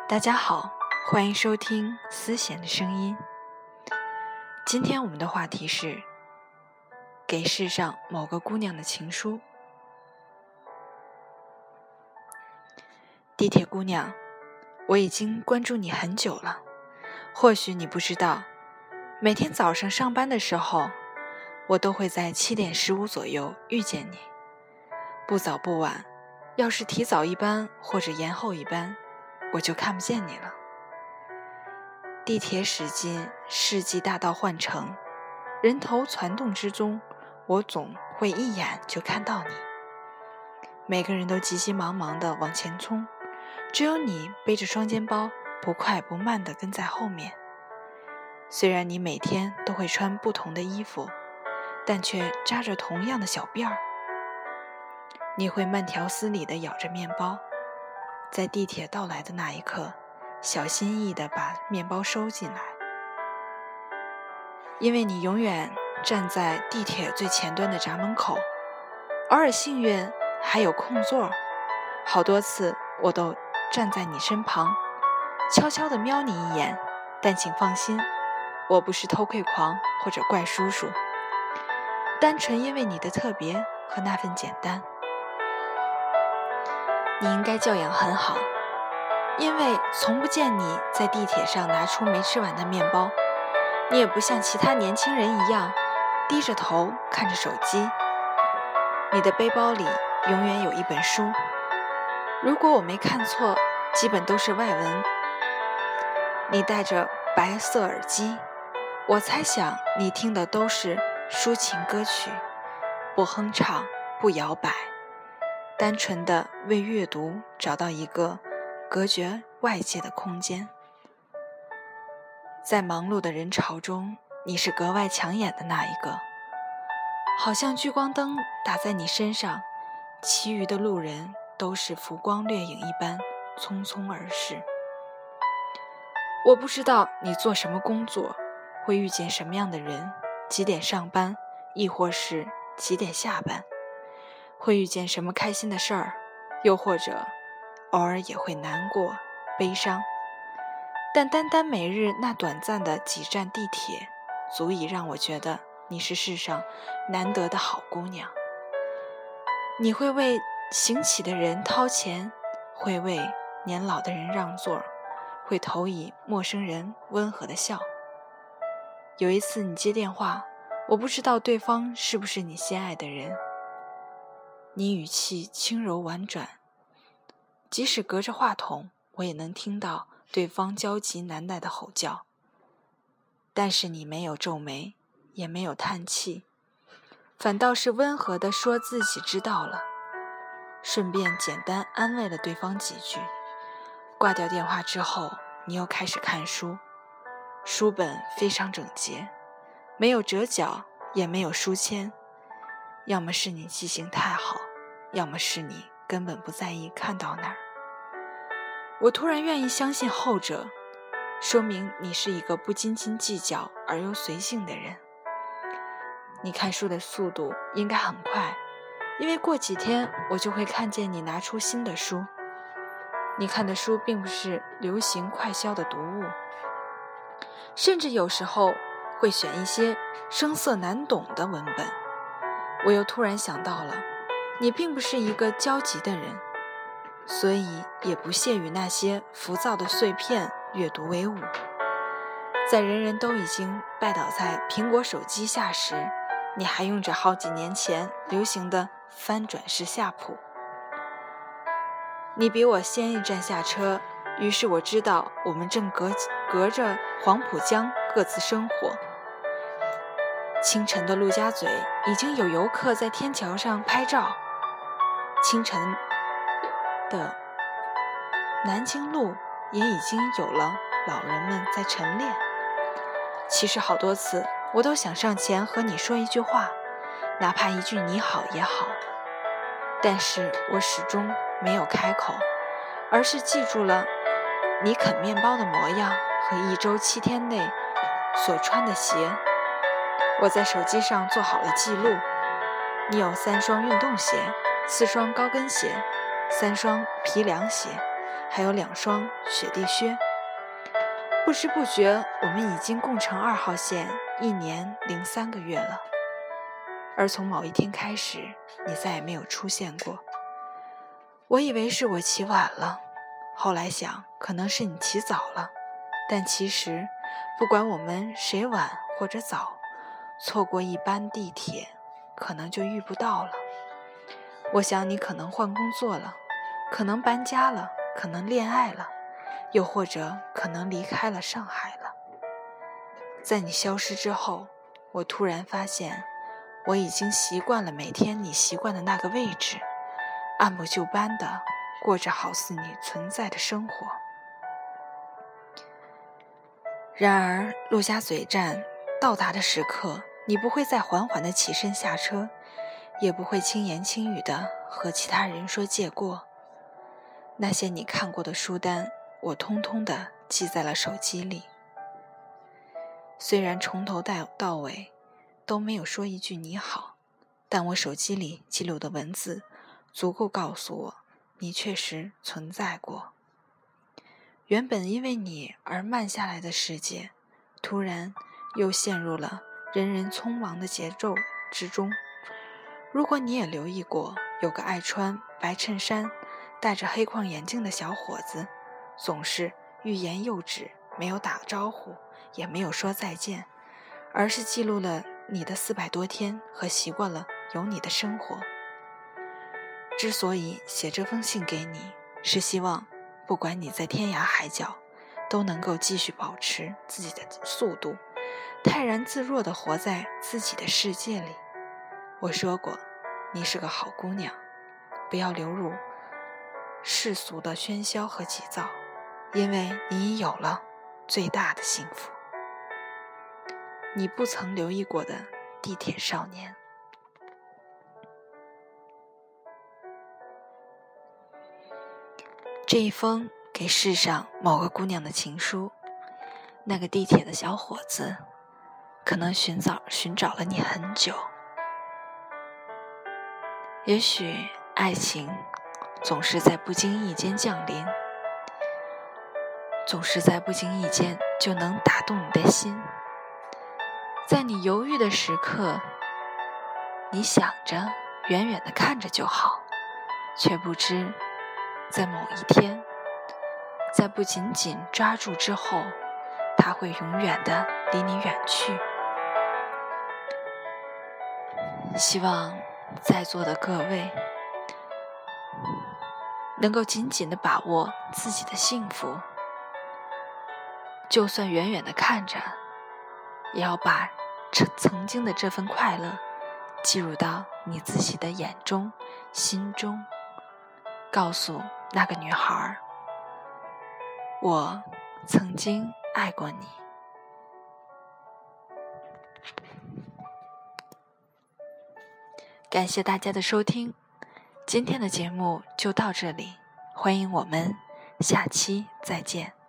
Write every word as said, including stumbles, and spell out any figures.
大家好，欢迎收听思贤的声音。今天我们的话题是给世上某个姑娘的情书。地铁姑娘，我已经关注你很久了，或许你不知道，每天早上上班的时候，我都会在七点十五左右遇见你。不早不晚，要是提早一班或者延后一班，我就看不见你了。地铁驶进世纪大道换乘，人头攒动之中，我总会一眼就看到你。每个人都急急忙忙地往前冲，只有你背着双肩包，不快不慢地跟在后面。虽然你每天都会穿不同的衣服，但却扎着同样的小辫儿。你会慢条斯理地咬着面包，在地铁到来的那一刻，小心翼翼地把面包收进来。因为你永远站在地铁最前端的闸门口，偶尔幸运还有空座，好多次我都站在你身旁，悄悄地瞄你一眼，但请放心，我不是偷窥狂或者怪叔叔，单纯因为你的特别和那份简单。你应该教养很好，因为从不见你在地铁上拿出没吃完的面包，你也不像其他年轻人一样低着头看着手机。你的背包里永远有一本书，如果我没看错，基本都是外文。你戴着白色耳机，我猜想你听的都是抒情歌曲，不哼唱，不摇摆，单纯的为阅读找到一个隔绝外界的空间。在忙碌的人潮中，你是格外抢眼的那一个，好像聚光灯打在你身上，其余的路人都是浮光掠影一般匆匆而逝。我不知道你做什么工作，会遇见什么样的人，几点上班，亦或是几点下班，会遇见什么开心的事儿，又或者偶尔也会难过悲伤，但单单每日那短暂的几站地铁，足以让我觉得你是世上难得的好姑娘。你会为行乞的人掏钱，会为年老的人让座，会投以陌生人温和的笑。有一次你接电话，我不知道对方是不是你心爱的人，你语气轻柔婉转，即使隔着话筒，我也能听到对方焦急难耐的吼叫。但是你没有皱眉，也没有叹气，反倒是温和地说自己知道了，顺便简单安慰了对方几句。挂掉电话之后，你又开始看书，书本非常整洁，没有折角，也没有书签，要么是你记性太好，要么是你根本不在意看到哪儿。我突然愿意相信后者，说明你是一个不斤斤计较而又随性的人。你看书的速度应该很快，因为过几天我就会看见你拿出新的书。你看的书并不是流行快销的读物，甚至有时候会选一些生涩难懂的文本。我又突然想到了，你并不是一个焦急的人，所以也不屑于那些浮躁的碎片阅读为伍。在人人都已经拜倒在苹果手机下时，你还用着好几年前流行的翻转式夏普。你比我先一站下车，于是我知道我们正隔隔着黄浦江各自生活。清晨的陆家嘴已经有游客在天桥上拍照，清晨的南京路也已经有了老人们在晨练。其实好多次我都想上前和你说一句话，哪怕一句你好也好，但是我始终没有开口，而是记住了你啃面包的模样和一周七天内所穿的鞋。我在手机上做好了记录，你有三双运动鞋，四双高跟鞋，三双皮凉鞋， 还有两双雪地靴。不知不觉，我们已经共乘二号线一年零三个月了。而从某一天开始，你再也没有出现过。我以为是我起晚了，后来想，可能是你起早了。但其实，不管我们谁晚或者早，错过一班地铁，可能就遇不到了。我想你可能换工作了，可能搬家了，可能恋爱了，又或者可能离开了上海了。在你消失之后，我突然发现，我已经习惯了每天你习惯的那个位置，按部就班地过着好似你存在的生活。然而陆家嘴站到达的时刻，你不会再缓缓地起身下车，也不会轻言轻语地和其他人说借过。那些你看过的书单，我通通地记在了手机里。虽然从头到尾都没有说一句你好，但我手机里记录的文字足够告诉我，你确实存在过。原本因为你而慢下来的世界，突然又陷入了人人匆忙的节奏之中。如果你也留意过，有个爱穿白衬衫、戴着黑框眼镜的小伙子，总是欲言又止，没有打招呼，也没有说再见，而是记录了你的四百多天和习惯了有你的生活。之所以写这封信给你，是希望不管你在天涯海角，都能够继续保持自己的速度，泰然自若地活在自己的世界里。我说过，你是个好姑娘，不要流入世俗的喧嚣和急躁，因为你已有了最大的幸福。你不曾留意过的地铁少年。这一封给世上某个姑娘的情书，那个地铁的小伙子可能寻找寻找了你很久。也许爱情总是在不经意间降临，总是在不经意间就能打动你的心。在你犹豫的时刻，你想着远远地看着就好，却不知在某一天，在不紧紧抓住之后，它会永远地离你远去。希望在座的各位能够紧紧地把握自己的幸福，就算远远地看着，也要把这曾经的这份快乐记入到你自己的眼中、心中，告诉那个女孩，我曾经爱过你。感谢大家的收听，今天的节目就到这里，欢迎我们下期再见。